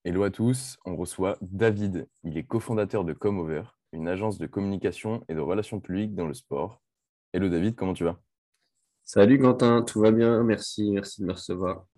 Hello à tous, on reçoit David. Il est cofondateur de Comover, une agence de communication et de relations publiques dans le sport. Hello David, comment tu vas? Salut Quentin, tout va bien? Merci de me recevoir.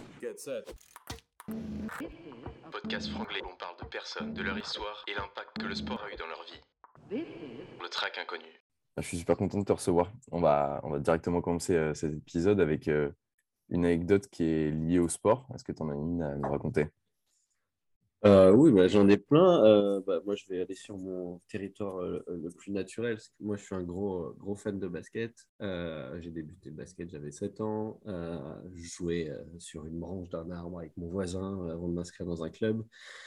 Podcast franglais, on parle de personnes, de leur histoire et l'impact que le sport a eu dans leur vie. Le track inconnu. Je suis super content de te recevoir. On va directement commencer cet épisode avec une anecdote qui est liée au sport. Est-ce que tu en as une à nous raconter? Oui, j'en ai plein. Moi, je vais aller sur mon territoire le plus naturel, parce que moi, je suis un gros fan de basket. J'ai débuté le basket, j'avais 7 ans. Je jouais sur une branche d'un arbre avec mon voisin avant de m'inscrire dans un club.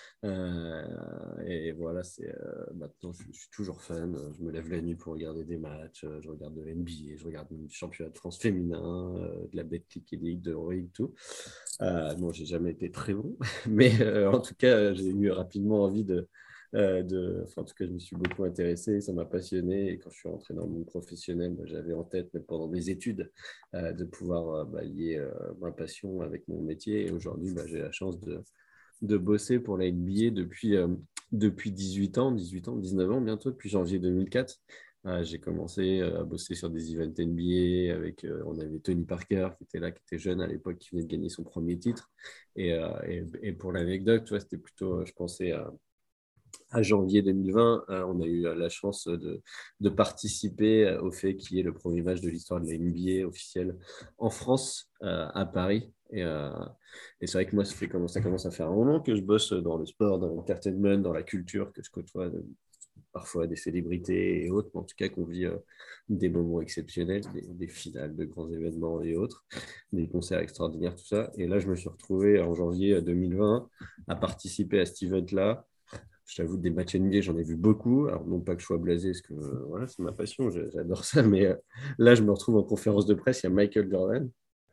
Et voilà, maintenant, je suis toujours fan. Je me lève la nuit pour regarder des matchs. Je regarde de NBA, je regarde du championnat de France féminin, de la Betclic League, de l'Euroleague, tout. Bon, j'ai jamais été très bon, mais en tout cas, j'ai eu rapidement envie enfin, en tout cas, je me suis beaucoup intéressé, ça m'a passionné. Et quand je suis rentré dans le monde professionnel, j'avais en tête, même pendant mes études, de pouvoir lier ma passion avec mon métier. Et aujourd'hui, j'ai la chance de bosser pour la NBA depuis 18 ans, 19 ans bientôt, depuis janvier 2004. J'ai commencé à bosser sur des events NBA on avait Tony Parker qui était là, qui était jeune à l'époque, qui venait de gagner son premier titre. Et pour l'anecdote, tu vois, c'était plutôt, je pensais à janvier 2020, on a eu la chance de participer au fait qu'il y ait le premier match de l'histoire de la NBA officiel en France, à Paris. Et c'est vrai que moi, ça commence à faire un moment que je bosse dans le sport, dans l'entertainment, dans la culture, que je côtoie parfois des célébrités et autres, mais en tout cas qu'on vit des moments exceptionnels, des finales de grands événements et autres, des concerts extraordinaires, tout ça. Et là, je me suis retrouvé en janvier 2020 à participer à cet event-là. Je t'avoue, des matchs NBA, j'en ai vu beaucoup. Alors, non pas que je sois blasé, parce que voilà, c'est ma passion, j'adore ça. Mais là, je me retrouve en conférence de presse, il y a Michael Jordan.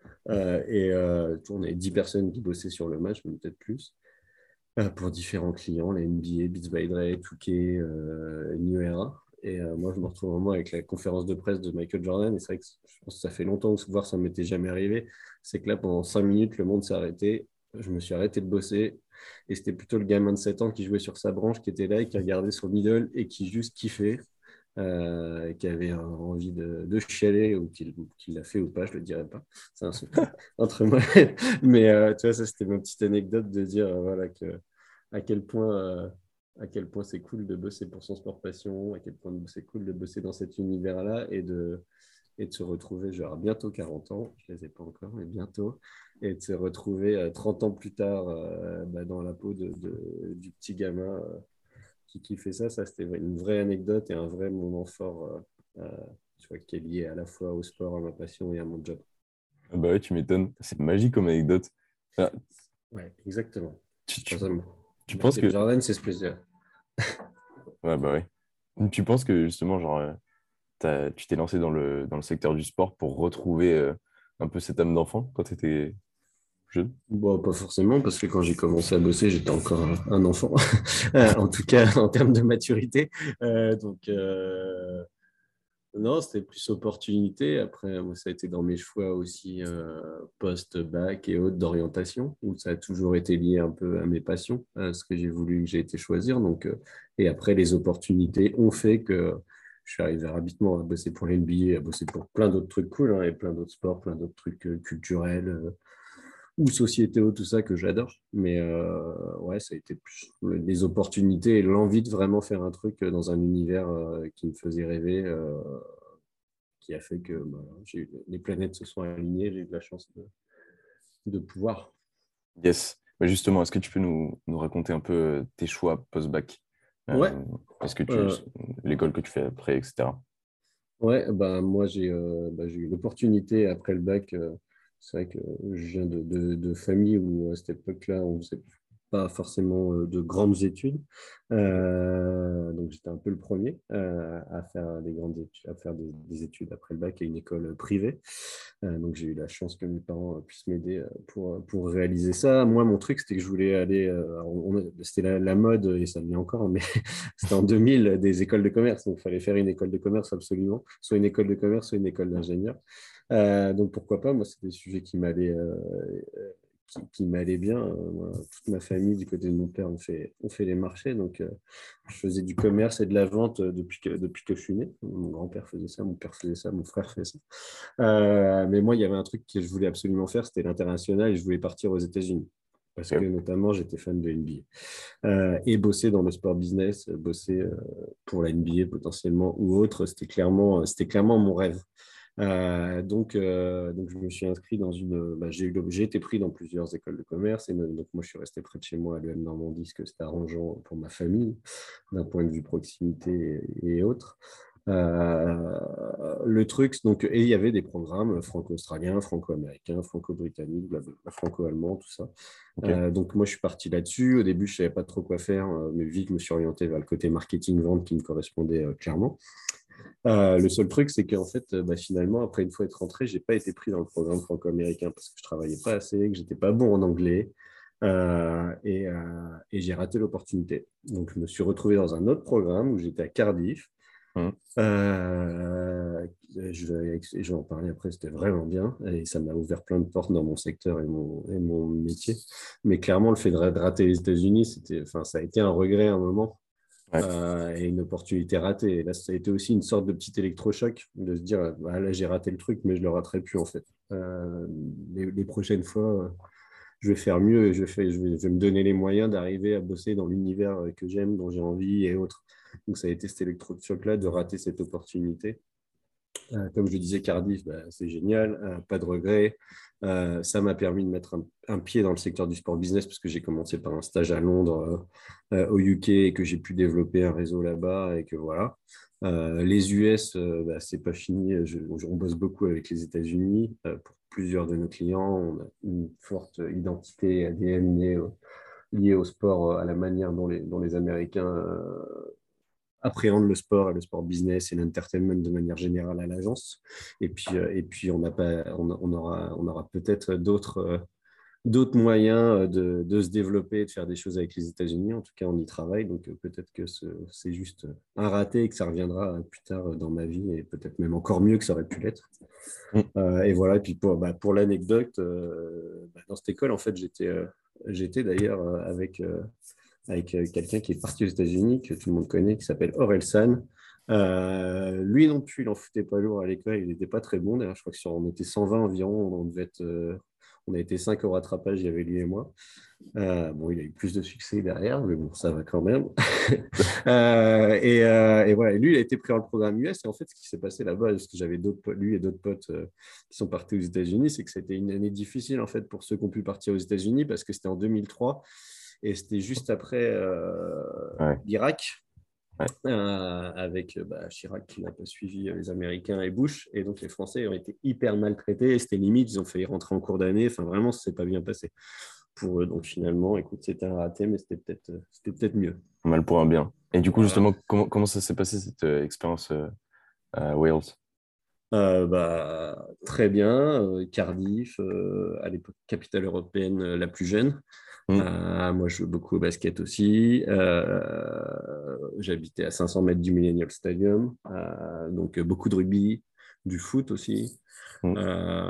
On est 10 personnes qui bossaient sur le match, mais peut-être plus, pour différents clients, la NBA, Beats by Dre, 2K, New Era. Et moi, je me retrouve vraiment avec la conférence de presse de Michael Jordan. Et c'est vrai que je pense que ça fait longtemps que voir ça ne m'était jamais arrivé. C'est que là, pendant 5 minutes, le monde s'est arrêté. Je me suis arrêté de bosser. Et c'était plutôt le gamin de 7 ans qui jouait sur sa branche, qui était là et qui regardait son idole et qui juste kiffait, qui avait envie de chialer ou qu'il l'a fait ou pas, je ne le dirai pas. C'est un secret entre moi. Mais tu vois, ça, c'était ma petite anecdote de dire voilà, à quel point, euh, à quel point c'est cool de bosser pour son sport passion, à quel point c'est cool de bosser dans cet univers-là et de se retrouver, genre bientôt 40 ans, je ne les ai pas encore, mais bientôt, et de se retrouver 30 ans plus tard dans la peau du petit gamin qui fait ça. Ça, c'était une vraie anecdote et un vrai moment fort tu vois, qui est lié à la fois au sport, à ma passion et à mon job. Ah bah ouais, tu m'étonnes. C'est magique comme anecdote. Ah, Ouais, exactement. tu, Enfin, tu- tu penses Michael que... Jordan, c'est spécial. Ouais, bah ouais. Tu penses que justement, genre, tu t'es lancé dans le secteur du sport pour retrouver un peu cette âme d'enfant quand tu étais jeune? Bon, pas forcément, parce que quand j'ai commencé à bosser, j'étais encore un enfant, en tout cas en termes de maturité. Non, c'était plus opportunité. Après, moi, ça a été dans mes choix aussi post-bac et autres d'orientation, où ça a toujours été lié un peu à mes passions, à ce que j'ai voulu, que j'ai été choisir. Et après, les opportunités ont fait que je suis arrivé rapidement à bosser pour l'NBA, à bosser pour plein d'autres trucs cool, hein, et plein d'autres sports, plein d'autres trucs culturels ou sociétaux, tout ça que j'adore. Mais ouais, ça a été plus les opportunités et l'envie de vraiment faire un truc dans un univers qui me faisait rêver, qui a fait que les planètes se sont alignées, j'ai eu de la chance de pouvoir. Yes. Bah justement, est-ce que tu peux nous raconter un peu tes choix post-bac? Ouais, Euh, Est-ce que euh, l'école que tu fais après, etc. ouais, moi j'ai eu l'opportunité après le bac. C'est vrai que je viens de famille où à cette époque-là, on faisait pas forcément de grandes études. Donc j'étais un peu le premier à faire des grandes études, à faire des études après le bac à une école privée. Donc j'ai eu la chance que mes parents puissent m'aider pour réaliser ça. Moi, mon truc, c'était que je voulais aller, c'était la mode, et ça l'est encore, mais c'était en 2000 des écoles de commerce. Donc il fallait faire une école de commerce absolument, soit une école de commerce, soit une école d'ingénieur. Donc pourquoi pas, moi, c'est des sujets qui m'allait bien. Moi, toute ma famille, du côté de mon père, on fait les marchés. Donc, je faisais du commerce et de la vente depuis que je suis né. Mon grand-père faisait ça, mon père faisait ça, mon frère faisait ça. Mais moi, il y avait un truc que je voulais absolument faire, c'était l'international et je voulais partir aux États-Unis. Parce que Ok. notamment, j'étais fan de NBA. Et bosser dans le sport business, bosser pour la NBA potentiellement ou autre, c'était clairement mon rêve. Donc, je me suis inscrit dans j'ai été pris dans plusieurs écoles de commerce et donc moi je suis resté près de chez moi à l'EM Normandie, parce que c'était arrangeant pour ma famille d'un point de vue proximité et autres. Le truc, donc, et il y avait des programmes franco-australiens, franco-américains, franco-britanniques, franco-allemands, tout ça. Ok. Donc moi je suis parti là-dessus. Au début je savais pas trop quoi faire, mais vite je me suis orienté vers le côté marketing-vente qui me correspondait clairement. Le seul truc, c'est qu'en fait, finalement, après une fois être rentré, j'ai pas été pris dans le programme franco-américain parce que je travaillais pas assez, que j'étais pas bon en anglais et j'ai raté l'opportunité. Donc, je me suis retrouvé dans un autre programme où j'étais à Cardiff. Mhm. Je vais en parler après, c'était vraiment bien et ça m'a ouvert plein de portes dans mon secteur et mon métier. Mais clairement, le fait de rater les États-Unis, ça a été un regret à un moment Ouais. et une opportunité ratée. Et là, ça a été aussi une sorte de petit électrochoc de se dire, bah, là, j'ai raté le truc, mais je le raterai plus en fait. Les prochaines fois, je vais faire mieux et je vais me donner les moyens d'arriver à bosser dans l'univers que j'aime, dont j'ai envie et autres. Donc, ça a été cet électrochoc-là de rater cette opportunité. Comme je disais, Cardiff, bah, c'est génial, pas de regrets. Ça m'a permis de mettre un pied dans le secteur du sport business parce que j'ai commencé par un stage à Londres, au UK, et que j'ai pu développer un réseau là-bas et que voilà. Les US, bah, c'est pas fini. On bosse beaucoup avec les États-Unis pour plusieurs de nos clients. On a une forte identité ADN liée au sport, à la manière dont les Américains appréhende le sport et le sport business et l'entertainment de manière générale à l'agence. Et puis on aura peut-être d'autres moyens de se développer et de faire des choses avec les États-Unis. En tout cas, on y travaille. Donc, peut-être que c'est juste un raté et que ça reviendra plus tard dans ma vie et peut-être même encore mieux que ça aurait pu l'être. Mhm. Et voilà. Et puis, pour l'anecdote, dans cette école, en fait, j'étais d'ailleurs avec quelqu'un qui est parti aux États-Unis, que tout le monde connaît, qui s'appelle Orelsan. Lui non plus, il n'en foutait pas lourd à l'école, il n'était pas très bon. D'ailleurs, je crois on était 120 environ, on a été 5 au rattrapage, il y avait lui et moi. Bon, il a eu plus de succès derrière, mais bon, ça va quand même. Et voilà, et lui, il a été pris dans le programme US. Et en fait, ce qui s'est passé là-bas, parce que j'avais lui et d'autres potes qui sont partis aux États-Unis, c'est que c'était une année difficile en fait pour ceux qui ont pu partir aux États-Unis parce que c'était en 2003 et c'était juste après Ouais. l'Irak. Ouais. Avec Chirac qui n'a pas suivi les Américains et Bush. Et donc, les Français ont été hyper maltraités. C'était limite, ils ont failli rentrer en cours d'année. Enfin, vraiment, ça ne s'est pas bien passé pour eux. Donc, finalement, écoute, c'était un raté, mais c'était peut-être mieux. Mal pour un bien. Et du coup, Voilà. justement, comment ça s'est passé cette expérience à Wales? Très bien. Cardiff, à l'époque, capitale européenne la plus jeune. Mhm. Moi, je joue beaucoup au basket aussi. J'habitais à 500 mètres du Millennium Stadium. Donc, beaucoup de rugby, du foot aussi. Mhm.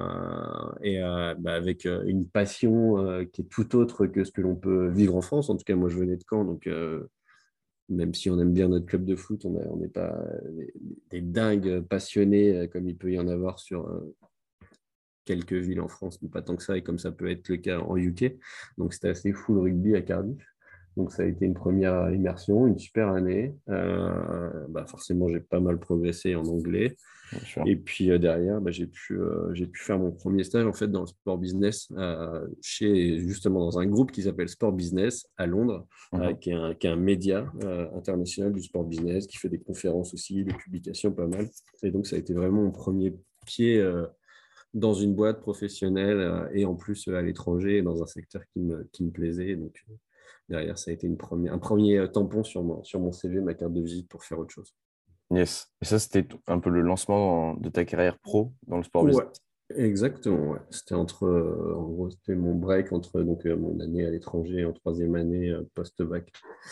Avec une passion qui est tout autre que ce que l'on peut vivre en France. En tout cas, moi, je venais de Caen. Donc, même si on aime bien notre club de foot, on n'est pas des dingues passionnés comme il peut y en avoir sur quelques villes en France, mais pas tant que ça, et comme ça peut être le cas en UK. Donc c'était assez fou le rugby à Cardiff. Donc ça a été une première immersion, une super année. Forcément, j'ai pas mal progressé en anglais. Bien sûr. Et puis derrière, j'ai pu faire mon premier stage en fait dans le sport business justement dans un groupe qui s'appelle Sport Business à Londres, Mhm. qui est un média international du sport business, qui fait des conférences aussi, des publications pas mal. Et donc ça a été vraiment mon premier pied dans une boîte professionnelle et en plus à l'étranger, dans un secteur qui me plaisait. Donc derrière, ça a été un premier tampon sur mon CV, ma carte de visite pour faire autre chose. Yes. Et ça, c'était un peu le lancement de ta carrière pro dans le sport Ouais, business. exactement. Ouais. En gros, c'était mon break entre mon année à l'étranger en troisième année post-bac.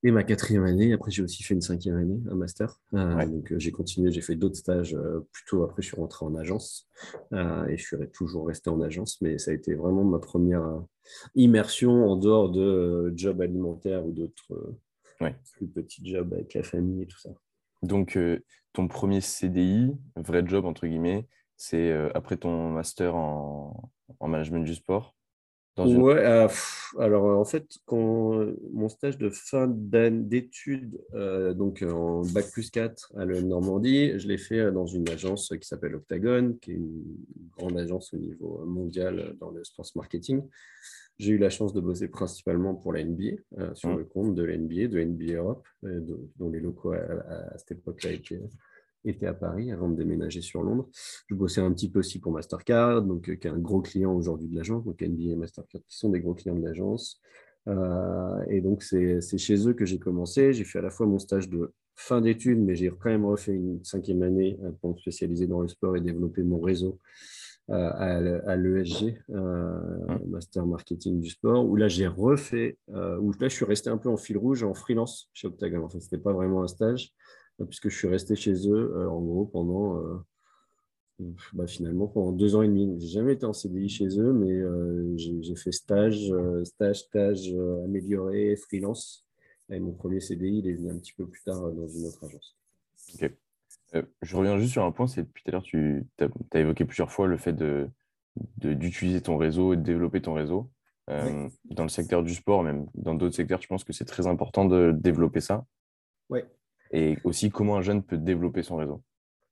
Et ma quatrième année, après j'ai aussi fait une cinquième année, un master. Ouais. Donc j'ai continué, j'ai fait d'autres stages. Plutôt après, je suis rentré en agence et je suis toujours resté en agence. Mais ça a été vraiment ma première immersion en dehors de jobs alimentaires ou d'autres Ouais. plus petits jobs avec la famille et tout ça. Donc, ton premier CDI, vrai job, entre guillemets, c'est après ton master en management du sport, dans une... Ouais, alors en fait, quand mon stage de fin d'études, donc en bac+4 à la Normandie, je l'ai fait dans une agence qui s'appelle Octagon, qui est une grande agence au niveau mondial dans le sports marketing. J'ai eu la chance de bosser principalement pour la NBA, sur Hmm. le compte de la NBA, de NBA Europe, dont les locaux à cette époque-là était à Paris avant de déménager sur Londres. Je bossais un petit peu aussi pour Mastercard, donc, qui est un gros client aujourd'hui de l'agence, donc NBA et Mastercard qui sont des gros clients de l'agence. Et donc, c'est chez eux que j'ai commencé. J'ai fait à la fois mon stage de fin d'études, mais j'ai quand même refait une cinquième année pour me spécialiser dans le sport et développer mon réseau à l'ESG, Hmm. Master Marketing du Sport, où là, j'ai refait, où là, je suis resté un peu en fil rouge, en freelance chez Octagon. En fait, ce n'était pas vraiment un stage puisque je suis resté chez eux, en gros, finalement, pendant 2 ans et demi. J'ai jamais été en CDI chez eux, mais j'ai fait stage amélioré, freelance. Et mon premier CDI, il est venu un petit peu plus tard dans une autre agence. Ok. Je reviens juste sur un point, c'est depuis tout à l'heure, tu as évoqué plusieurs fois le fait d'utiliser ton réseau et de développer ton réseau. Oui, Dans le secteur du sport, même dans d'autres secteurs, je pense que c'est très important de développer ça. oui. Et aussi, comment un jeune peut développer son réseau,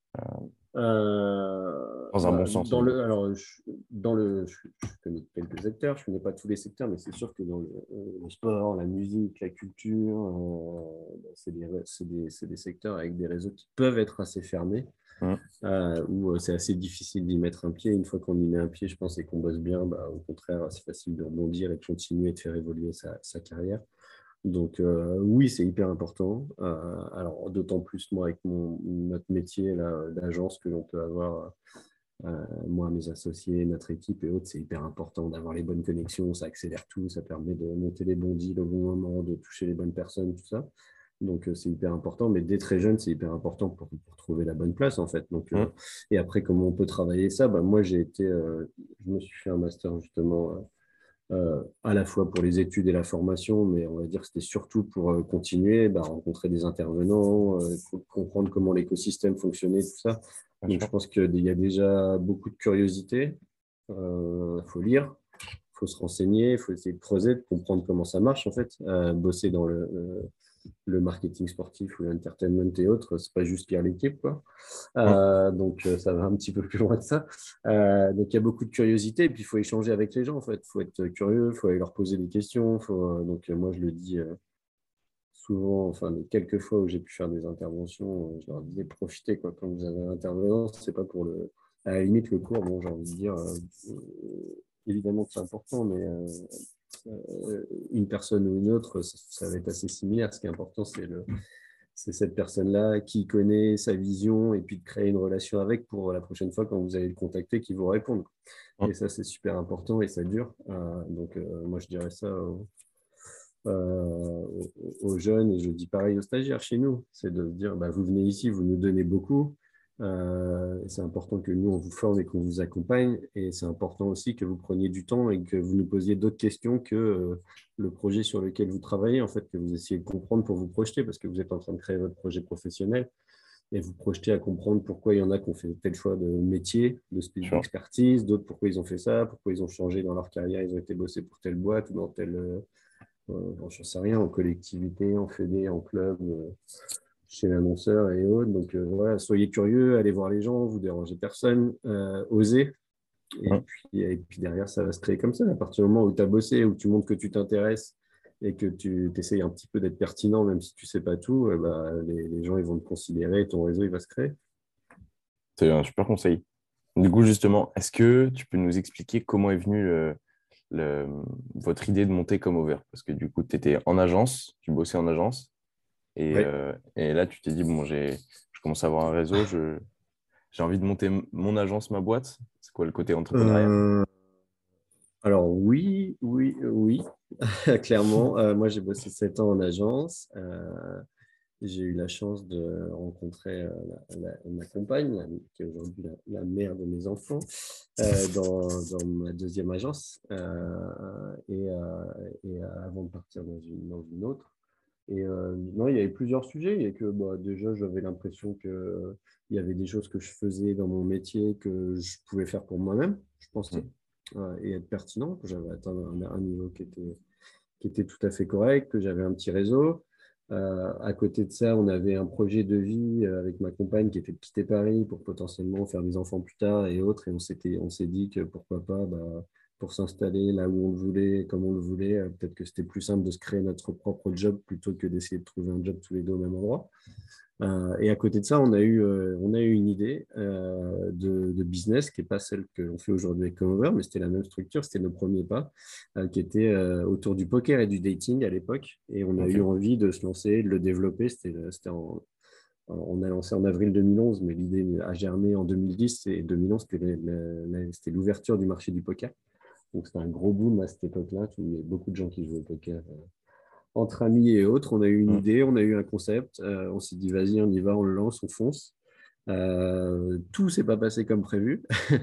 dans un bon sens, Dans évidemment. le, alors, dans le, je connais quelques secteurs, je ne connais pas tous les secteurs, mais c'est sûr que dans le sport, la musique, la culture, c'est des secteurs avec des réseaux qui peuvent être assez fermés, Hmm. où c'est assez difficile d'y mettre un pied. Une fois qu'on y met un pied, je pense, et qu'on bosse bien, au contraire, c'est facile de rebondir et de continuer et de faire évoluer sa carrière. Donc oui, c'est hyper important. Alors d'autant plus moi avec notre métier là, d'agence que l'on peut avoir, moi, mes associés, notre équipe et autres, c'est hyper important d'avoir les bonnes connexions, ça accélère tout, ça permet de monter les bons deals au bon moment, de toucher les bonnes personnes, tout ça. Donc c'est hyper important, mais dès très jeune, c'est hyper important pour trouver la bonne place en fait. Donc, Hmm. et après, comment on peut travailler ça? Moi, je me suis fait un master justement à la fois pour les études et la formation, mais on va dire que c'était surtout pour continuer, rencontrer des intervenants, comprendre comment l'écosystème fonctionnait, tout ça. Bien Donc, sûr. je pense qu'il y a déjà beaucoup de curiosité. Il faut lire, il faut se renseigner, il faut essayer de creuser, de comprendre comment ça marche, en fait. Bosser dans le marketing sportif ou l'entertainment et autres, c'est pas juste lire l'équipe, quoi. Hmm. Donc, ça va un petit peu plus loin que ça. Donc, il y a beaucoup de curiosité et puis il faut échanger avec les gens, en fait. Il faut être curieux, il faut aller leur poser des questions. Donc, moi, je le dis souvent, enfin, les quelques fois où j'ai pu faire des interventions, je leur disais profitez, quoi. Quand vous avez un intervenant, c'est pas pour le. À la limite, le cours, bon, j'ai envie de dire, évidemment que c'est important, mais une personne ou une autre, ça va être assez similaire. Ce qui est important, c'est cette personne-là qui connaît sa vision et puis de créer une relation avec pour la prochaine fois quand vous allez le contacter, qui vous répondre. Hmm. Et ça, c'est super important et ça dure. Donc, moi, je dirais ça aux jeunes et je dis pareil aux stagiaires chez nous. C'est de se dire, vous venez ici, vous nous donnez beaucoup. C'est important que nous, on vous forme et qu'on vous accompagne. Et c'est important aussi que vous preniez du temps et que vous nous posiez d'autres questions que le projet sur lequel vous travaillez, en fait, que vous essayez de comprendre pour vous projeter parce que vous êtes en train de créer votre projet professionnel et vous projeter à comprendre pourquoi il y en a qui ont fait tel choix de métier, Sûr. d'expertise, d'autres pourquoi ils ont fait ça, pourquoi ils ont changé dans leur carrière, ils ont été bossés pour telle boîte ou dans telle, j'en sais rien, en collectivité, en fédé, en club, chez l'annonceur et autres. Donc voilà, soyez curieux, allez voir les gens, vous dérangez personne, osez. Hmm. Et puis derrière, ça va se créer comme ça. À partir du moment où tu as bossé, où tu montres que tu t'intéresses et que tu essayes un petit peu d'être pertinent, même si tu sais pas tout, les gens ils vont te considérer et ton réseau il va se créer. C'est un super conseil. Du coup, justement, est-ce que tu peux nous expliquer comment est venue le- votre idée de monter comme over? Parce que du coup, tu étais en agence, tu bossais en agence, Oui. et là, tu t'es dit, bon, je commence à avoir un réseau, j'ai envie de monter mon agence, ma boîte. C'est quoi le côté entrepreneurial? Alors oui, clairement. Moi, j'ai bossé 7 ans en agence. J'ai eu la chance de rencontrer ma compagne, qui est aujourd'hui la mère de mes enfants, dans ma deuxième agence, avant de partir dans une autre. Et non, il y avait plusieurs sujets. Il y a que déjà, j'avais l'impression que il y avait des choses que je faisais dans mon métier que je pouvais faire pour moi-même, je pensais, Mm. et être pertinent, que j'avais atteint un niveau qui était tout à fait correct, que j'avais un petit réseau. À côté de ça, on avait un projet de vie avec ma compagne qui était de quitter Paris pour potentiellement faire des enfants plus tard et autres. Et on s'est dit que pourquoi pas, pour s'installer là où on le voulait, comme on le voulait, peut-être que c'était plus simple de se créer notre propre job plutôt que d'essayer de trouver un job tous les deux au même endroit. Et à côté de ça, on a eu une idée de business qui n'est pas celle que l'on fait aujourd'hui avec Comover, mais c'était la même structure, c'était nos premiers pas, qui était autour du poker et du dating à l'époque. Et on a eu Ok. envie de se lancer, de le développer. On a lancé en avril 2011, mais l'idée a germé en 2010. Et 2011, c'était l'ouverture du marché du poker. Donc c'était un gros boom à cette époque-là. Il y avait beaucoup de gens qui jouaient au poker entre amis et autres. On a eu une Mm. idée, on a eu un concept. On s'est dit, vas-y, on y va, on le lance, on fonce. Tout s'est pas passé comme prévu.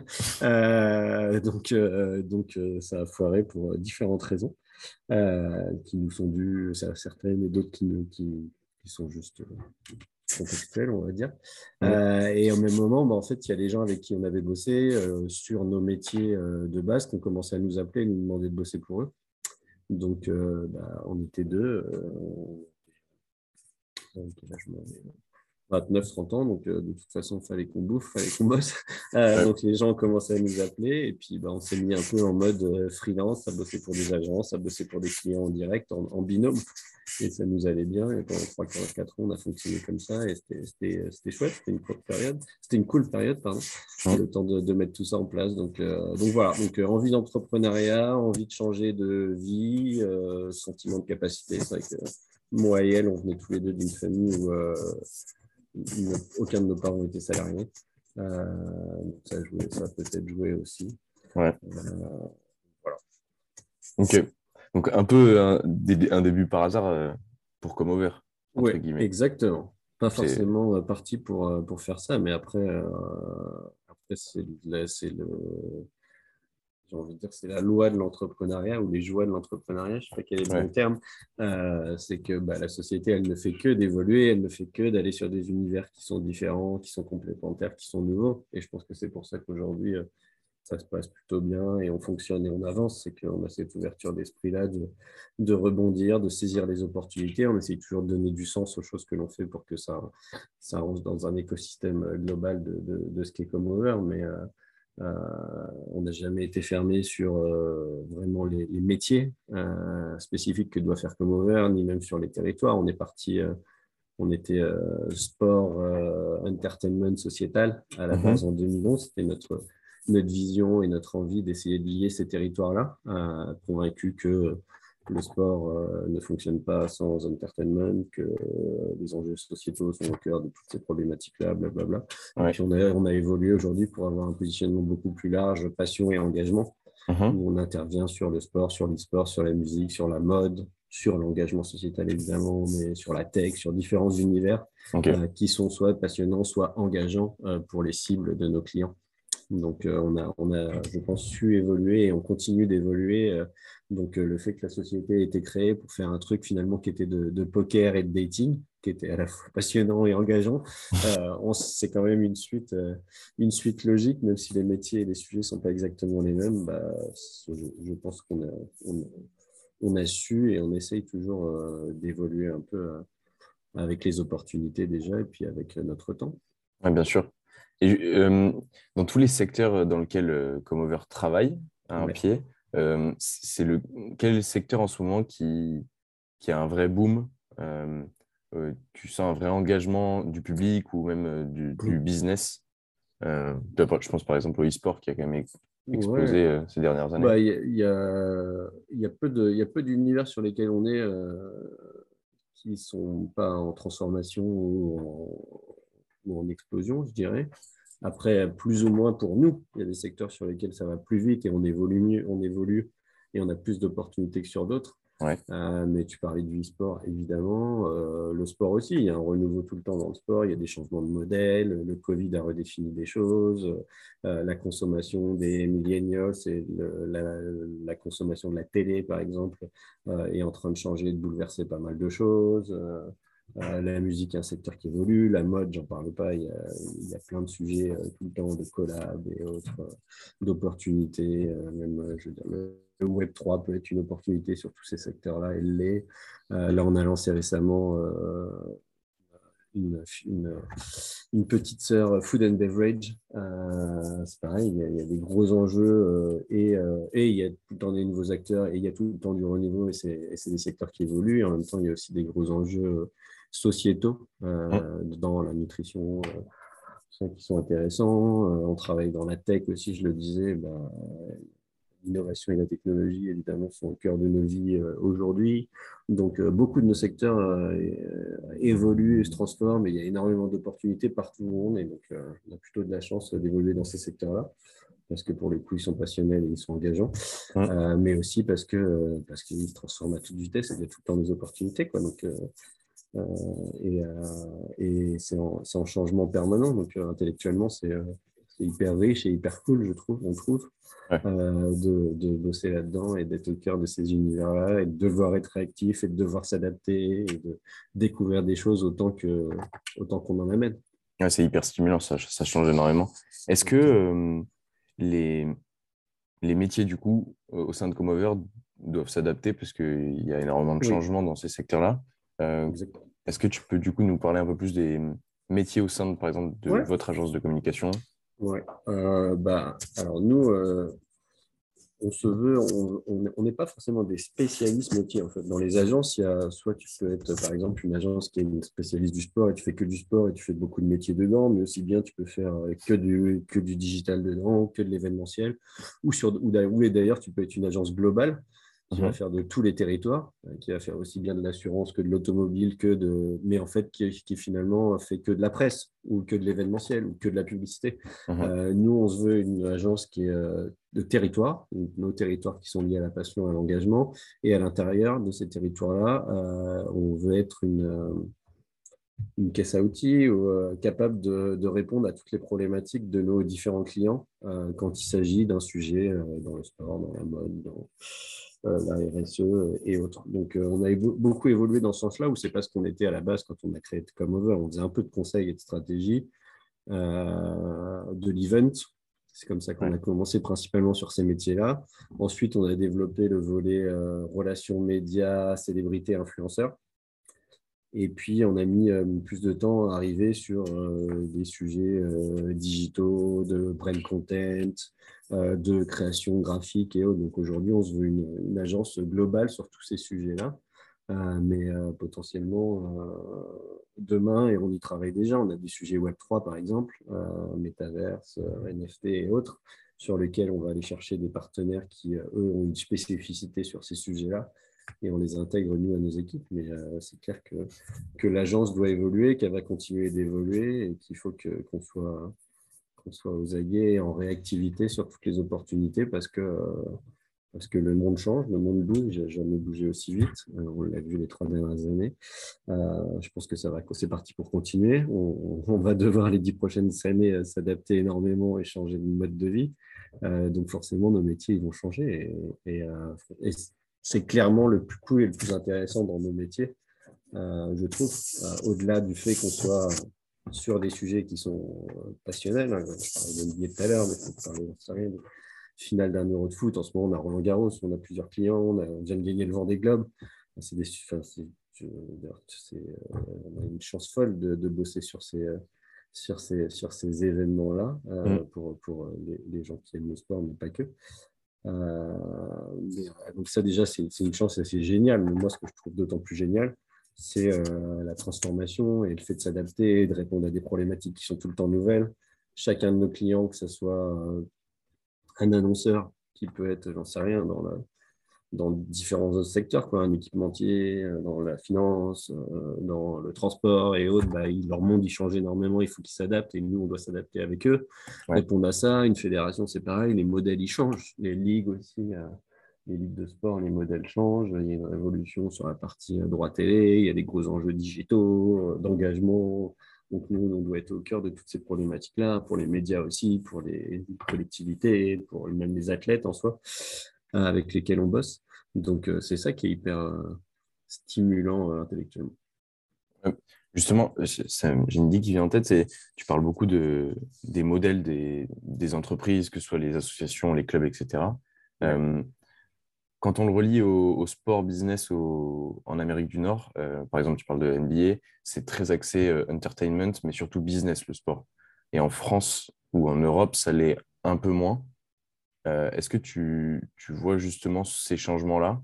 Donc, ça a foiré pour différentes raisons qui nous sont dues, certaines et d'autres qui sont juste contextuelles, on va dire. Mm. Et au même moment, en fait, il y a des gens avec qui on avait bossé sur nos métiers de base qui ont commencé à nous appeler et nous demander de bosser pour eux. Donc, on était deux. Quel âge on avait 29-30 ans, donc de toute façon, il fallait qu'on bouffe, il fallait qu'on bosse. Ouais. Donc les gens ont commencé à nous appeler et puis on s'est mis un peu en mode freelance, à bosser pour des agences, à bosser pour des clients en direct, en binôme. Et ça nous allait bien. Et pendant 3-4 ans, on a fonctionné comme ça et c'était chouette. C'était une courte période. C'était une cool période, pardon. Mm. Le temps de mettre tout ça en place. Donc voilà. Donc envie d'entrepreneuriat, envie de changer de vie, sentiment de capacité. C'est vrai que moi et elle, on venait tous les deux d'une famille où aucun de nos parents était salarié. Ça a peut-être joué aussi. Ouais. Voilà. Ok. Donc un peu un début par hasard pour Comover, entre Oui, guillemets. exactement. Pas C'est forcément parti pour faire ça, mais après j'ai envie de dire, c'est la loi de l'entrepreneuriat ou les joies de l'entrepreneuriat, je ne sais pas quel est le bon ouais. terme. C'est que la société, elle ne fait que d'évoluer, elle ne fait que d'aller sur des univers qui sont différents, qui sont complémentaires, qui sont nouveaux. Et je pense que c'est pour ça qu'aujourd'hui, ça se passe plutôt bien et on fonctionne et on avance. C'est qu'on a cette ouverture d'esprit-là de rebondir, de saisir les opportunités. On essaye toujours de donner du sens aux choses que l'on fait pour que ça rentre dans un écosystème global de ce qui est comme over. Mais on n'a jamais été fermé sur vraiment les métiers spécifiques que doit faire Comover, ni même sur les territoires. On était sport, entertainment sociétal à la base Mhm. en 2011. C'était notre vision et notre envie d'essayer de lier ces territoires-là, convaincu que le sport ne fonctionne pas sans entertainment, que les enjeux sociétaux sont au cœur de toutes ces problématiques-là, blablabla. Et Ouais. puis on a évolué aujourd'hui pour avoir un positionnement beaucoup plus large, passion et engagement, Mhm. où on intervient sur le sport, sur l'e-sport, sur la musique, sur la mode, sur l'engagement sociétal évidemment, mais sur la tech, sur différents univers Ok. qui sont soit passionnants, soit engageants pour les cibles de nos clients. Donc, on a, je pense, su évoluer et on continue d'évoluer. Donc, le fait que la société ait été créée pour faire un truc finalement qui était de poker et de dating, qui était à la fois passionnant et engageant, c'est quand même une suite logique, même si les métiers et les sujets ne sont pas exactement les mêmes. Je pense qu'on a su et on essaye toujours d'évoluer un peu avec les opportunités déjà et puis avec notre temps. Ouais, bien sûr. Et dans tous les secteurs dans lesquels Comover travaille à un Ouais. pied, quel secteur en ce moment qui a un vrai boom? euh, Tu sens un vrai engagement du public ou même du business? Je pense par exemple au e-sport qui a quand même Ouais. explosé ces dernières années. Il y a peu d'univers sur lesquels on est qui ne sont pas en transformation ou en explosion, je dirais. Après, plus ou moins pour nous, il y a des secteurs sur lesquels ça va plus vite et on évolue et on a plus d'opportunités que sur d'autres. Ouais. Mais tu parlais du e-sport, évidemment. Le sport aussi, il y a un renouveau tout le temps dans le sport. Il y a des changements de modèle. Le Covid a redéfini des choses. La consommation des millennials et la consommation de la télé, par exemple, est en train de changer, de bouleverser pas mal de choses. La musique est un secteur qui évolue. La mode, j'en parle pas. Il y a plein de sujets tout le temps de collab et autres, d'opportunités. Je veux dire, le Web3 peut être une opportunité sur tous ces secteurs-là, elle l'est. Là, on a lancé récemment une, une, une petite sœur Food and Beverage. C'est pareil, il y a des gros enjeux et il y a tout le temps des nouveaux acteurs et il y a tout le temps du renouveau et c'est des secteurs qui évoluent. En même temps, il y a aussi des gros enjeux sociétaux dans la nutrition qui sont intéressants. On travaille dans la tech aussi, je le disais. L'innovation et la technologie, évidemment, sont au cœur de nos vies aujourd'hui. Donc, beaucoup de nos secteurs évoluent et se transforment. Et il y a énormément d'opportunités partout au monde. Et donc, on a plutôt de la chance d'évoluer dans ces secteurs-là. Parce que pour le coup, ils sont passionnels et ils sont engageants. Mais aussi parce qu'ils se transforment à toute vitesse et il y a tout le temps des opportunités, quoi. Donc, et c'est en changement permanent. Donc, intellectuellement, c'est hyper riche et hyper cool, je trouve, on trouve. Ouais. De bosser là-dedans et d'être au cœur de ces univers-là et de devoir être réactif et de devoir s'adapter et de découvrir des choses autant qu'on en amène. Ouais, c'est hyper stimulant, ça change énormément. Est-ce que les, les métiers, du coup, au sein de Comover doivent s'adapter parce qu'il y a énormément de Oui, changements dans ces secteurs-là? exactement. Est-ce que tu peux, du coup, nous parler un peu plus des métiers au sein, par exemple, de Ouais. votre agence de communication? Ouais. Alors nous, on se veut, on n'est pas forcément des spécialistes métiers en fait. Dans les agences, il y a soit tu peux être par exemple une agence qui est une spécialiste du sport et tu fais que du sport et tu fais beaucoup de métiers dedans, mais aussi bien tu peux faire que du digital dedans, que de l'événementiel, ou d'ailleurs tu peux être une agence globale qui va faire de tous les territoires, qui va faire aussi bien de l'assurance que de l'automobile, mais en fait qui finalement fait que de la presse ou que de l'événementiel ou que de la publicité. Nous, on se veut une agence qui est de territoire, nos territoires qui sont liés à la passion, à l'engagement, et à l'intérieur de ces territoires-là, on veut être une caisse à outils capable de répondre à toutes les problématiques de nos différents clients quand il s'agit d'un sujet dans le sport, dans la mode, dans la RSE et autres. Donc, on a beaucoup évolué dans ce sens-là, où c'est pas ce qu'on était à la base quand on a créé Comover. On faisait un peu de conseil et de stratégie, de l'event. C'est comme ça qu'on a commencé principalement sur ces métiers-là. Ensuite, on a développé le volet relations médias, célébrités, influenceurs. Et puis, on a mis plus de temps à arriver sur des sujets digitaux, de brand content, de création graphique et autres. Donc, aujourd'hui, on se veut une agence globale sur tous ces sujets-là. Mais potentiellement demain, et on y travaille déjà, on a des sujets Web3 par exemple, Metaverse, NFT et autres, sur lesquels on va aller chercher des partenaires qui, eux, ont une spécificité sur ces sujets-là, et on les intègre, nous, à nos équipes. Mais c'est clair que l'agence doit évoluer, qu'elle va continuer d'évoluer, et qu'il faut qu'on soit aux aguets, en réactivité sur toutes les opportunités, parce que le monde change, le monde bouge, il n'a jamais bougé aussi vite. On l'a vu les 3 dernières années. Je pense que c'est parti pour continuer. On va devoir les 10 prochaines années s'adapter énormément et changer de mode de vie. Donc forcément, nos métiers ils vont changer. Et c'est clairement le plus cool et le plus intéressant dans nos métiers, je trouve, au-delà du fait qu'on soit sur des sujets qui sont passionnels. Je parlais de NBA tout à l'heure, mais il faut parler de finale d'un Euro de foot. En ce moment, on a Roland Garros, on a plusieurs clients, on vient de gagner le Vendée Globe. On a une chance folle de bosser sur ces événements-là pour les gens qui aiment le sport, mais pas que. Donc ça, déjà, c'est une chance assez géniale. Mais moi, ce que je trouve d'autant plus génial, c'est la transformation et le fait de s'adapter, de répondre à des problématiques qui sont tout le temps nouvelles. Chacun de nos clients, que ce soit un annonceur qui peut être, j'en sais rien, dans différents autres secteurs, quoi, un équipementier, dans la finance, dans le transport et autres, leur monde il change énormément, il faut qu'ils s'adaptent et nous on doit s'adapter avec eux, Ouais. répondre à ça. Une fédération c'est pareil, les modèles ils changent, les ligues aussi, les ligues de sport, les modèles changent, il y a une révolution sur la partie droit télé, il y a des gros enjeux digitaux, d'engagement. Donc nous, on doit être au cœur de toutes ces problématiques-là, pour les médias aussi, pour les collectivités, pour même les athlètes en soi, avec lesquels on bosse. Donc c'est ça qui est hyper stimulant intellectuellement. Euh, Justement, j'ai une idée qui vient en tête, c'est tu parles beaucoup des modèles des entreprises, que ce soit les associations, les clubs, etc. Ouais. Quand on le relie au sport business en Amérique du Nord, par exemple, tu parles de NBA, c'est très axé entertainment, mais surtout business, le sport. Et en France ou en Europe, ça l'est un peu moins. Est-ce que tu vois justement ces changements-là?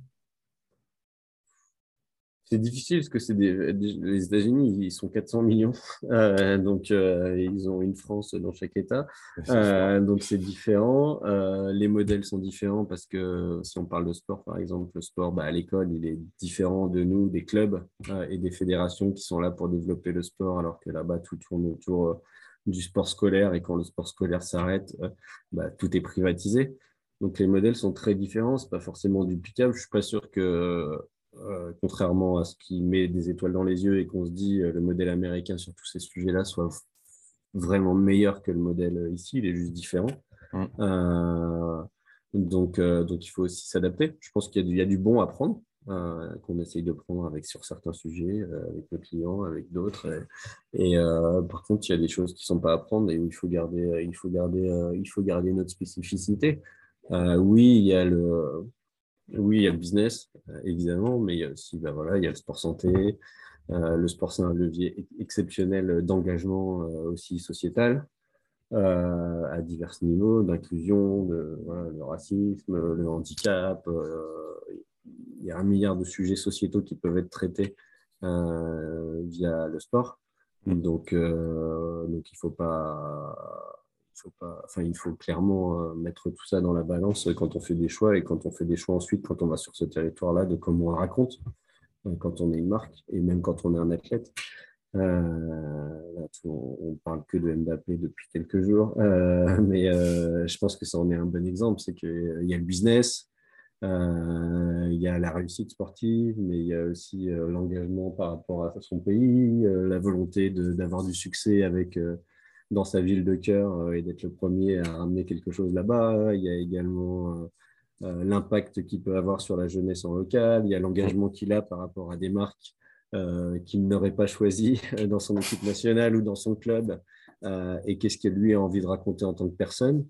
C'est difficile parce que les États-Unis, ils sont 400 millions, donc ils ont une France dans chaque État, C'est sûr. donc c'est différent. Les modèles sont différents parce que si on parle de sport, par exemple, le sport à l'école, il est différent de nous, des clubs et des fédérations qui sont là pour développer le sport, alors que là-bas, tout tourne autour du sport scolaire et quand le sport scolaire s'arrête, tout est privatisé. Donc les modèles sont très différents, c'est pas forcément duplicable. Je suis pas sûr que contrairement à ce qui met des étoiles dans les yeux et qu'on se dit le modèle américain sur tous ces sujets-là soit vraiment meilleur que le modèle ici, il est juste différent. Mm. Donc il faut aussi s'adapter. Je pense qu'il y a du bon à prendre, qu'on essaye de prendre sur certains sujets, avec nos clients, avec d'autres. Par contre, il y a des choses qui ne sont pas à prendre et où il faut garder notre spécificité. Oui, il y a le business, évidemment, mais il y a aussi, voilà, il y a le sport santé. Le sport, c'est un levier exceptionnel d'engagement aussi sociétal à divers niveaux, d'inclusion, voilà, le racisme, le handicap. Il y a un milliard de sujets sociétaux qui peuvent être traités via le sport. Donc il faut clairement mettre tout ça dans la balance quand on fait des choix et quand on fait des choix ensuite, quand on va sur ce territoire-là, de comment on le raconte, quand on est une marque et même quand on est un athlète. Là, on parle que de Mbappé depuis quelques jours, mais je pense que ça en est un bon exemple. C'est qu'il y a le business, il y a la réussite sportive, mais il y a aussi l'engagement par rapport à son pays, la volonté d'avoir du succès dans sa ville de cœur et d'être le premier à ramener quelque chose là-bas. Il y a également l'impact qu'il peut avoir sur la jeunesse en local. Il y a Mm. l'engagement qu'il a par rapport à des marques qu'il n'aurait pas choisies dans son équipe nationale ou dans son club. Et qu'est-ce que lui a envie de raconter en tant que personne.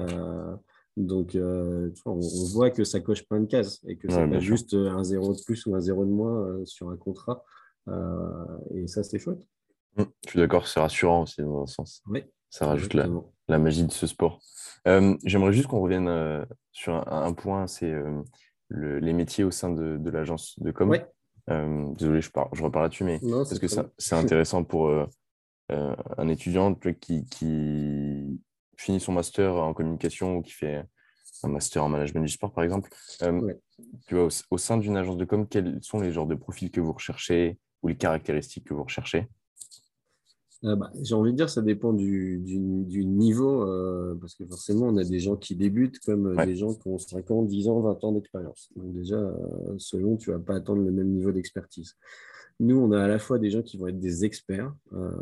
Donc, on voit que ça coche plein de cases et que c'est Ouais, pas bien sûr. juste un zéro de plus ou un zéro de moins sur un contrat. Et ça, c'est chouette. Je suis d'accord, c'est rassurant aussi dans un sens. Oui, Ça rajoute exactement. la magie de ce sport. J'aimerais juste qu'on revienne sur un point, c'est les métiers au sein de l'agence de com. Oui, Désolé, je repars là-dessus, mais non, parce c'est que très bien. c'est intéressant pour un étudiant, tu vois, qui finit son master en communication ou qui fait un master en management du sport, par exemple. Euh, Ouais. Tu vois, au sein d'une agence de com, quels sont les genres de profils que vous recherchez ou les caractéristiques que vous recherchez? J'ai envie de dire ça dépend du niveau, parce que forcément, on a des gens qui débutent comme Ouais, des gens qui ont 5 ans, 10 ans, 20 ans d'expérience. Donc déjà, selon, tu ne vas pas attendre le même niveau d'expertise. Nous, on a à la fois des gens qui vont être des experts,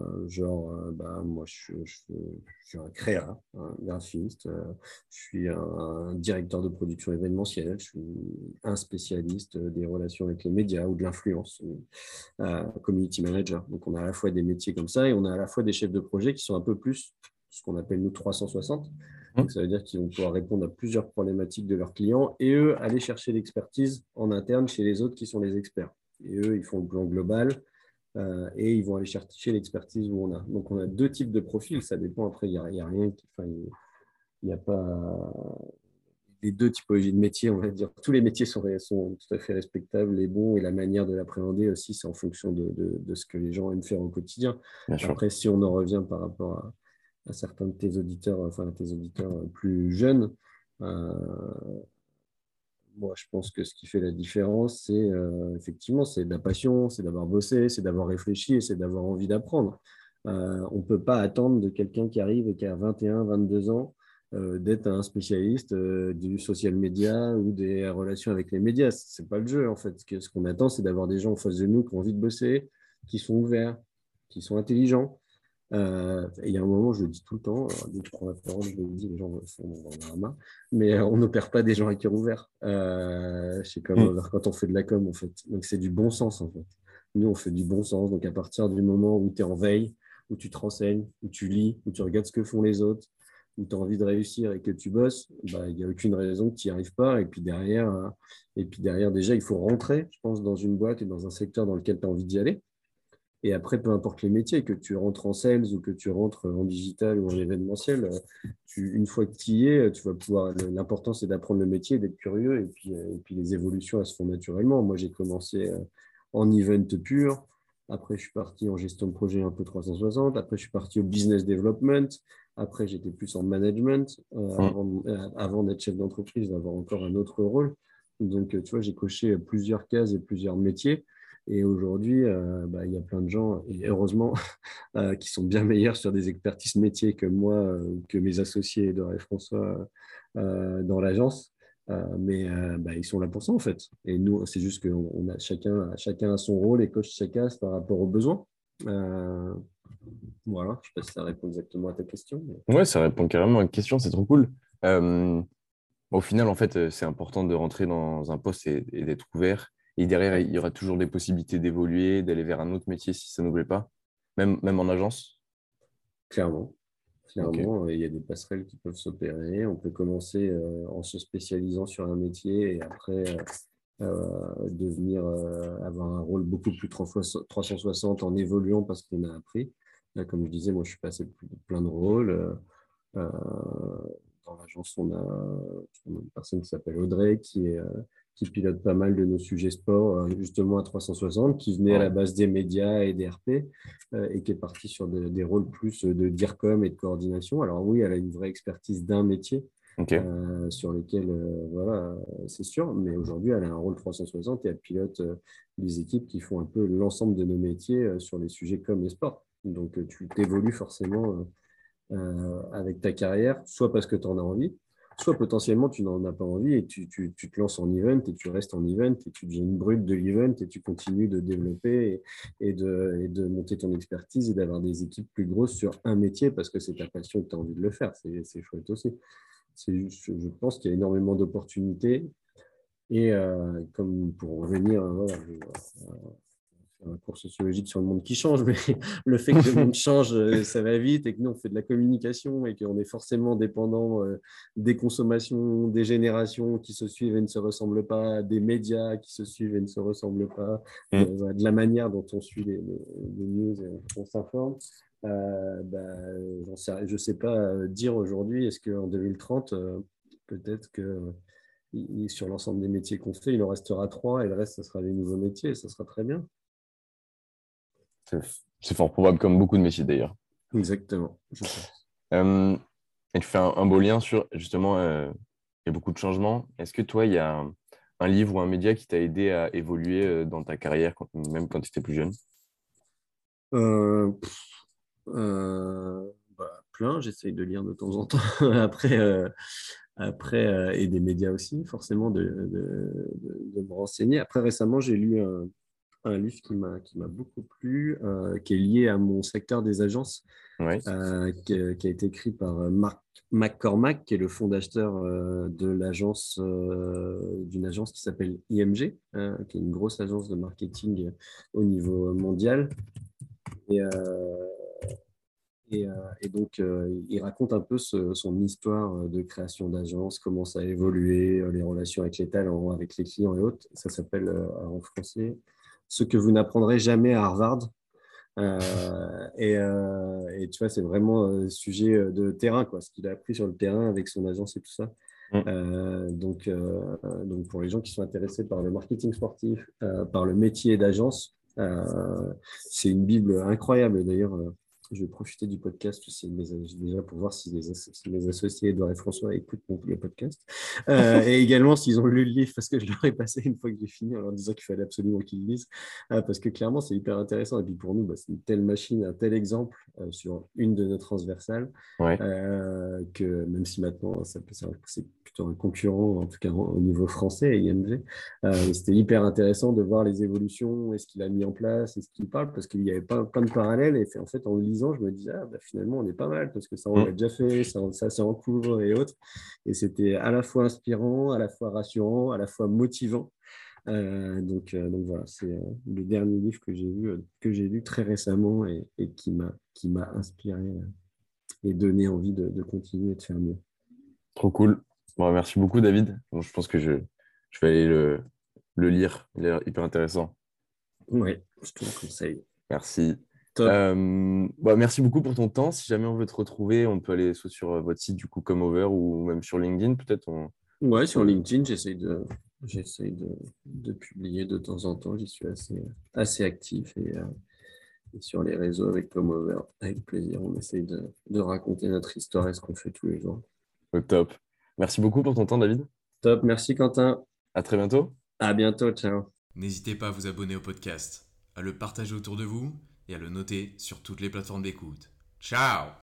moi, je suis un créa, un graphiste, je suis un directeur de production événementielle, je suis un spécialiste des relations avec les médias ou de l'influence, community manager. Donc, on a à la fois des métiers comme ça et on a à la fois des chefs de projet qui sont un peu plus ce qu'on appelle nous 360. hum, Donc, ça veut dire qu'ils vont pouvoir répondre à plusieurs problématiques de leurs clients et eux, aller chercher l'expertise en interne chez les autres qui sont les experts. Et eux, ils font le plan global et ils vont aller chercher l'expertise où on a. Donc, on a deux types de profils. Ça dépend. Après, il y a rien qui. Enfin, il n'y a pas les deux typologies de métiers, on va dire. Tous les métiers sont tout à fait respectables et bons, et la manière de l'appréhender aussi, c'est en fonction de ce que les gens aiment faire au quotidien. bien sûr. Après, si on en revient par rapport à certains de tes auditeurs, enfin à tes auditeurs plus jeunes, euh, moi, je pense que ce qui fait la différence, c'est effectivement, c'est de la passion, c'est d'avoir bossé, c'est d'avoir réfléchi et c'est d'avoir envie d'apprendre. On ne peut pas attendre de quelqu'un qui arrive et qui a 21, 22 ans d'être un spécialiste du social media ou des relations avec les médias. Ce n'est pas le jeu, en fait. Ce qu'on attend, c'est d'avoir des gens en face de nous qui ont envie de bosser, qui sont ouverts, qui sont intelligents. Et il y a un moment, je le dis tout le temps, dès que je prends la parole, je le dis, les gens vont en avoir marre, mais on n'opère pas des gens à cœur ouvert. C'est comme quand on fait de la com, en fait. Donc, c'est du bon sens, en fait. Nous, on fait du bon sens. Donc, à partir du moment où tu es en veille, où tu te renseignes, où tu lis, où tu regardes ce que font les autres, où tu as envie de réussir et que tu bosses, bah, il n'y a aucune raison que tu n'y arrives pas. Et puis derrière, déjà, il faut rentrer, je pense, dans une boîte et dans un secteur dans lequel tu as envie d'y aller. Et après, peu importe les métiers, que tu rentres en sales ou que tu rentres en digital ou en événementiel, une fois que tu y es, tu vas pouvoir. L'important, c'est d'apprendre le métier, d'être curieux, et puis les évolutions, elles se font naturellement. Moi, j'ai commencé en event pur. Après, je suis parti en gestion de projet un peu 360. Après, je suis parti au business development. Après, j'étais plus en management. Avant d'être chef d'entreprise, d'avoir encore un autre rôle. Donc, tu vois, j'ai coché plusieurs cases et plusieurs métiers. Et aujourd'hui, il y a plein de gens, et heureusement, qui sont bien meilleurs sur des expertises métiers que moi, que mes associés Edouard et François dans l'agence. Ils sont là pour ça, en fait. Et nous, c'est juste que chacun a son rôle et coche sa case par rapport aux besoins. Voilà, je ne sais pas si ça répond exactement à ta question. Ouais, ça répond carrément à une question, c'est trop cool. Euh, Au final, en fait, c'est important de rentrer dans un poste et d'être ouvert. Et derrière, il y aura toujours des possibilités d'évoluer, d'aller vers un autre métier si ça ne nous plaît pas, même en agence. Clairement. Ok. Clairement, il y a des passerelles qui peuvent s'opérer. On peut commencer en se spécialisant sur un métier et après devenir avoir un rôle beaucoup plus 360 en évoluant parce qu'on a appris. Là, comme je disais, moi, je suis passé de plein de rôles. Euh, Dans l'agence, on a une personne qui s'appelle Audrey qui pilote pas mal de nos sujets sport, justement à 360, qui venait à la Ouais. base des médias et des RP et qui est partie sur des rôles plus de DIRCOM et de coordination. Alors oui, elle a une vraie expertise d'un métier Ok. sur lequel, voilà, c'est sûr, mais aujourd'hui, elle a un rôle 360 et elle pilote les équipes qui font un peu l'ensemble de nos métiers sur les sujets comme les sports. Donc, tu t'évolues forcément avec ta carrière, soit parce que tu en as envie, soit potentiellement tu n'en as pas envie et tu te lances en event et tu restes en event et tu deviens une brute de l'event et tu continues de développer et de monter ton expertise et d'avoir des équipes plus grosses sur un métier parce que c'est ta passion et que tu as envie de le faire. C'est chouette aussi. Je pense qu'il y a énormément d'opportunités et comme pour revenir, voilà, un cours sociologique sur le monde qui change, mais le fait que le monde change, ça va vite et que nous, on fait de la communication et qu'on est forcément dépendant des consommations, des générations qui se suivent et ne se ressemblent pas, des médias qui se suivent et ne se ressemblent pas, Mm. de la manière dont on suit les news et on s'informe. Je ne sais pas dire aujourd'hui, est-ce qu'en 2030, peut-être que sur l'ensemble des métiers qu'on fait, il en restera trois et le reste, ce sera les nouveaux métiers et ça sera très bien. C'est c'est fort probable, comme beaucoup de métiers d'ailleurs. Exactement, je pense. Euh, et tu fais un beau lien sur, justement, il y a beaucoup de changements. Est-ce que toi, il y a un livre ou un média qui t'a aidé à évoluer dans ta carrière, même quand tu étais plus jeune? Euh, pff, Plein, j'essaye de lire de temps en temps. Et des médias aussi, forcément, de me renseigner. Après, récemment, j'ai lu un livre qui m'a beaucoup plu, qui est lié à mon secteur des agences, Oui. qui a été écrit par Mark McCormack, qui est le fondateur d'une agence qui s'appelle IMG, qui est une grosse agence de marketing au niveau mondial. Et, euh, et donc, il raconte un peu son histoire de création d'agence, comment ça a évolué, les relations avec les talents, avec les clients et autres. Ça s'appelle en français Ce que vous n'apprendrez jamais à Harvard. Et tu vois, c'est vraiment un sujet de terrain, quoi, ce qu'il a appris sur le terrain avec son agence et tout ça. Mm. Donc, pour les gens qui sont intéressés par le marketing sportif, par le métier d'agence, c'est une Bible incroyable. D'ailleurs, Je vais profiter du podcast aussi, déjà pour voir si mes associés Edouard et François écoutent le podcast. Et également s'ils ont lu le livre, parce que je leur ai passé une fois que j'ai fini en leur disant qu'il fallait absolument qu'ils le lisent. Parce que clairement, c'est hyper intéressant. Et puis pour nous, c'est une telle machine, un tel exemple sur une de nos transversales, Ouais. que même si maintenant, c'est plutôt un concurrent, en tout cas au niveau français, IMG, c'était hyper intéressant de voir les évolutions et ce qu'il a mis en place et ce qu'il parle, parce qu'il y avait plein de parallèles. Et en fait, en le lisant, je me disais, finalement, on est pas mal, parce que ça, on l'a déjà fait, ça c'est en cours et autres. Et c'était à la fois inspirant, à la fois rassurant, à la fois motivant. Donc voilà, c'est le dernier livre que j'ai lu très récemment et qui m'a inspiré et donné envie de continuer et de faire mieux. Trop cool. Bon, merci beaucoup, David. Bon, je pense que je vais aller le lire. Il a l'air hyper intéressant. Ouais, je te le conseille. Merci. Top. Merci beaucoup pour ton temps. Si jamais on veut te retrouver, on peut aller soit sur votre site, du coup, comme Over, ou même sur LinkedIn, peut-être. Ouais, sur LinkedIn, j'essaye de publier de temps en temps. J'y suis assez actif et sur les réseaux avec Comover, avec plaisir. On essaye de raconter notre histoire et ce qu'on fait tous les jours. Au top. Merci beaucoup pour ton temps, David. Top, merci Quentin. À très bientôt. À bientôt, ciao. N'hésitez pas à vous abonner au podcast, à le partager autour de vous et à le noter sur toutes les plateformes d'écoute. Ciao!